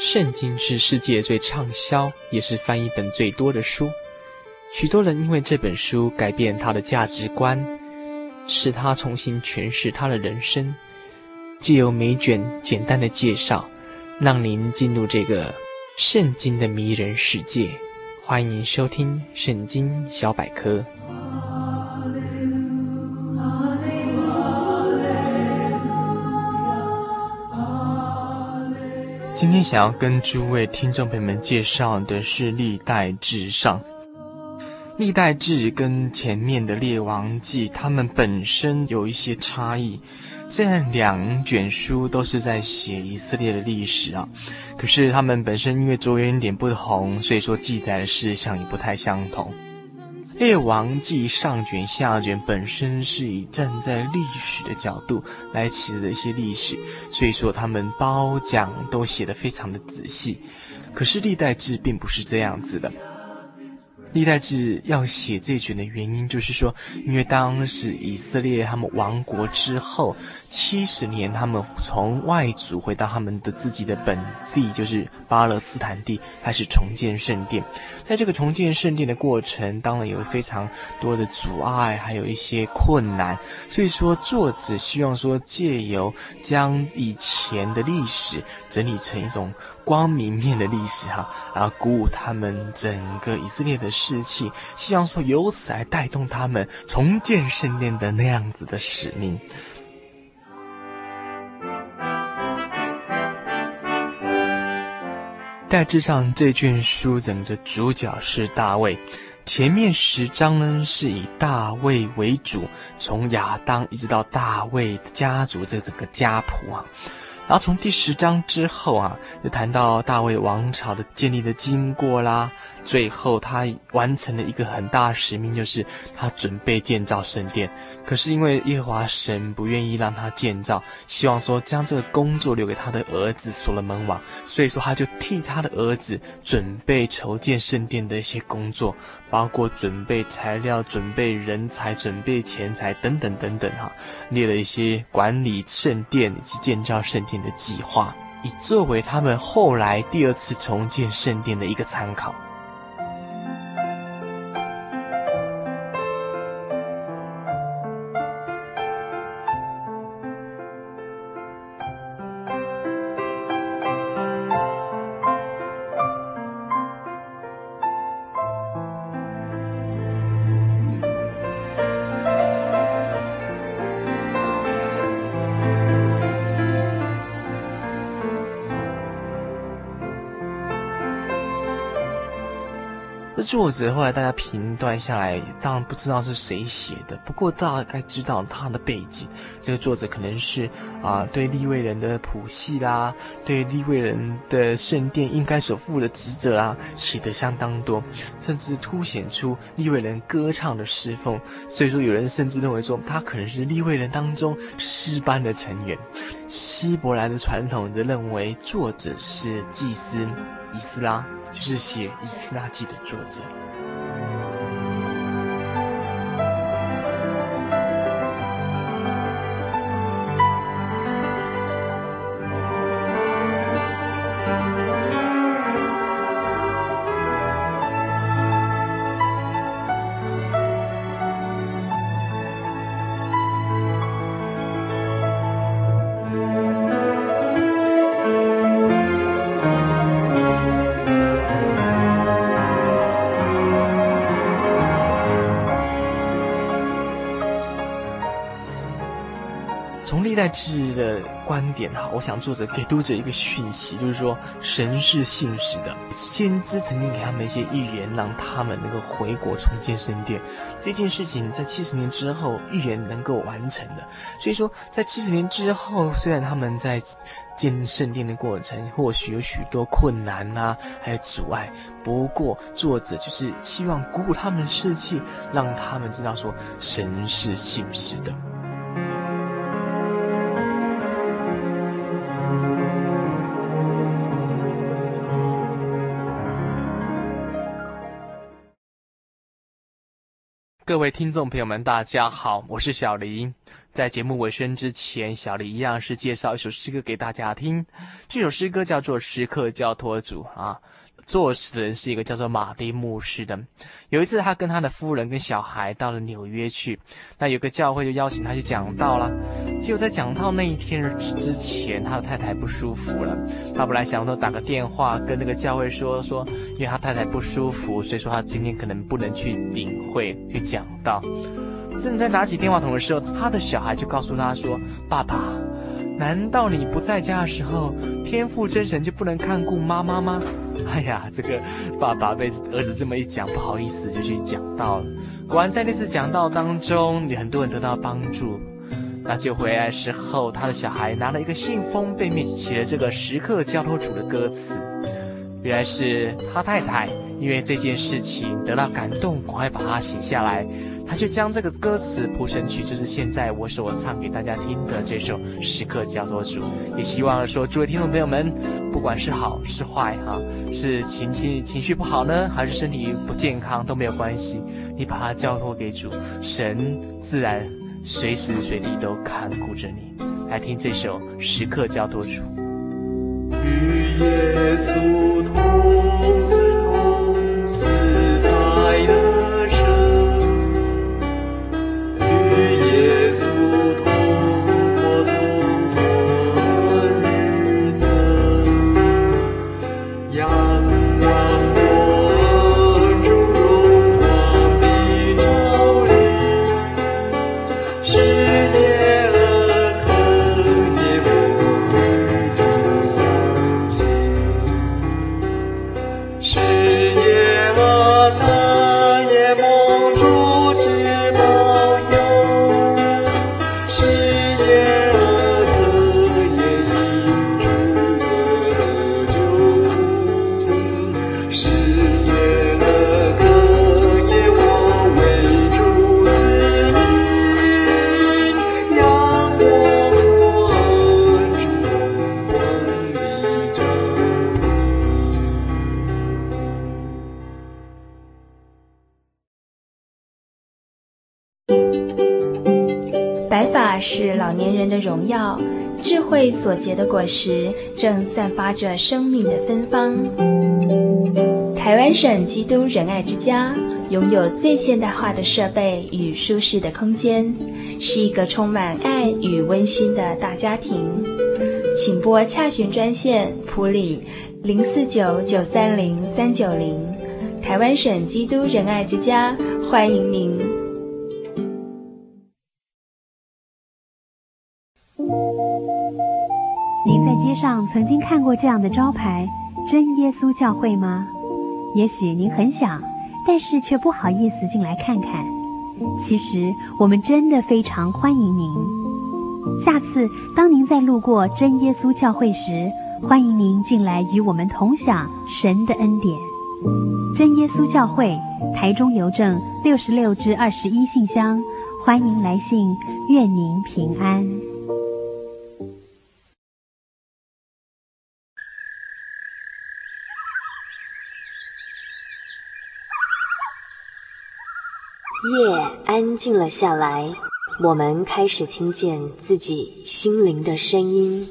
圣经是世界最畅销，也是翻译本最多的书。许多人因为这本书改变他的价值观，使他重新诠释他的人生。藉由每卷简单的介绍，让您进入这个圣经的迷人世界。欢迎收听圣经小百科。今天想要跟诸位听众朋友们介绍的是历代志上。历代志跟前面的列王记，他们本身有一些差异。虽然两卷书都是在写以色列的历史啊，可是他们本身因为着眼点不同，所以说记载的事项也不太相同。列王记上卷下卷本身是以站在历史的角度来写的一些历史，所以说他们褒奖都写得非常的仔细。可是历代志并不是这样子的。历代志要写这卷的原因就是说，因为当时以色列他们亡国之后70年，他们从外族回到他们的自己的本地，就是巴勒斯坦地，开始重建圣殿。在这个重建圣殿的过程，当然有非常多的阻碍，还有一些困难，所以说作者希望说借由将以前的历史整理成一种光明面的历史然后鼓舞他们整个以色列的士气，希望说由此来带动他们重建圣殿的那样子的使命。历代志上这卷书整个主角是大卫，前面10章呢是以大卫为主，从亚当一直到大卫家族这整个家谱然后从第10章之后就谈到大卫王朝的建立的经过啦，最后他完成了一个很大的使命，就是他准备建造圣殿。可是因为耶和华神不愿意让他建造，希望说将这个工作留给他的儿子所罗门王，所以说他就替他的儿子准备筹建圣殿的一些工作，包括准备材料、准备人才、准备钱财等等等等列了一些管理圣殿以及建造圣殿的计划，以作为他们后来第2次重建圣殿的一个参考。作者后来大家评断下来，当然不知道是谁写的，不过大概知道他的背景。这个作者可能是对利未人的谱系啦，对利未人的圣殿应该所负的职责啦，写得相当多，甚至凸显出利未人歌唱的侍奉。所以说有人甚至认为说他可能是利未人当中诗班的成员。希伯来的传统则认为作者是祭司以斯拉，就是写以斯拉记的作者。从历代志的观点我想作者给读者一个讯息，就是说神是信实的。先知曾经给他们一些预言，让他们能够回国重建圣殿，这件事情在70年之后预言能够完成的。所以说在70年之后，虽然他们在建圣殿的过程或许有许多困难还有阻碍，不过作者就是希望鼓舞他们的士气，让他们知道说神是信实的。 各位听众朋友们，大家好，我是小黎。在节目尾声之前，小黎一样是介绍一首诗歌给大家听。这首诗歌叫做《时刻交托主》啊，作词人是一个叫做马丁牧师的。有一次，他跟他的夫人跟小孩到了纽约去，那有个教会就邀请他去讲道啦。结果在讲道那一天之前，他的太太不舒服了。他本来想说打个电话跟那个教会说，因为他太太不舒服，所以说他今天可能不能去领会去讲道。正在拿起电话筒的时候，他的小孩就告诉他说：“爸爸，难道你不在家的时候，天父真神就不能看顾妈妈吗？”哎呀，这个爸爸被儿子这么一讲，不好意思就去讲道了。果然在那次讲道当中，有很多人得到帮助。那就回来时候，他的小孩拿了一个信封，背面写了这个时刻交托主的歌词。原来是他太太因为这件事情得到感动，赶快把它写下来。他就将这个歌词谱成曲，就是现在我所唱给大家听的这首《时刻交托主》。也希望说，诸位听众朋友们，不管是好是坏是情绪不好呢，还是身体不健康都没有关系，你把它交托给主，神自然随时随地都看顾着你。来听这首《时刻交托主》。 与耶稣同死同死在的生，与耶稣同活同活日子，仰望我主荣光的照领，是耶和可也不与主相近，是耶和可也蒙主之保佑，是耶和可也因主得救，是耶和可也我为主子民，仰望我主荣光的照白发是老年人的荣耀，智慧所结的果实正散发着生命的芬芳。台湾省基督仁爱之家拥有最现代化的设备与舒适的空间，是一个充满爱与温馨的大家庭。请拨洽询专线埔里049-930-390，台湾省基督仁爱之家欢迎您。 您在街上曾经看过这样的招牌“真耶稣教会”吗？也许您很想，但是却不好意思进来看看。其实我们真的非常欢迎您。下次当您在路过真耶稣教会时，欢迎您进来与我们同享神的恩典。真耶稣教会，台中邮政66-21信箱，欢迎来信，愿您平安。 夜安静了下来，我们开始听见自己心灵的声音。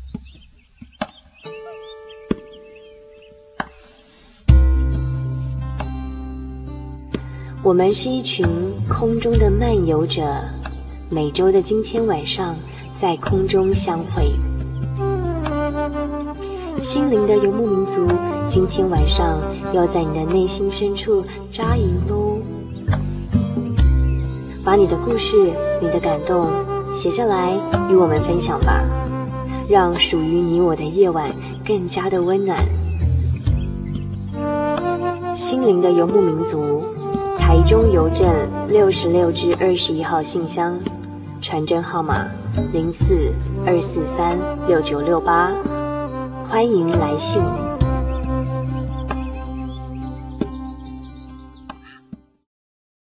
我们是一群空中的漫游者，每周的今天晚上在空中相会。心灵的游牧民族，今天晚上要在你的内心深处扎营喽。把你的故事、你的感动写下来，与我们分享吧，让属于你我的夜晚更加的温暖。心灵的游牧民族，台中邮政66-21号信箱，传真号码04-243-6968，欢迎来信。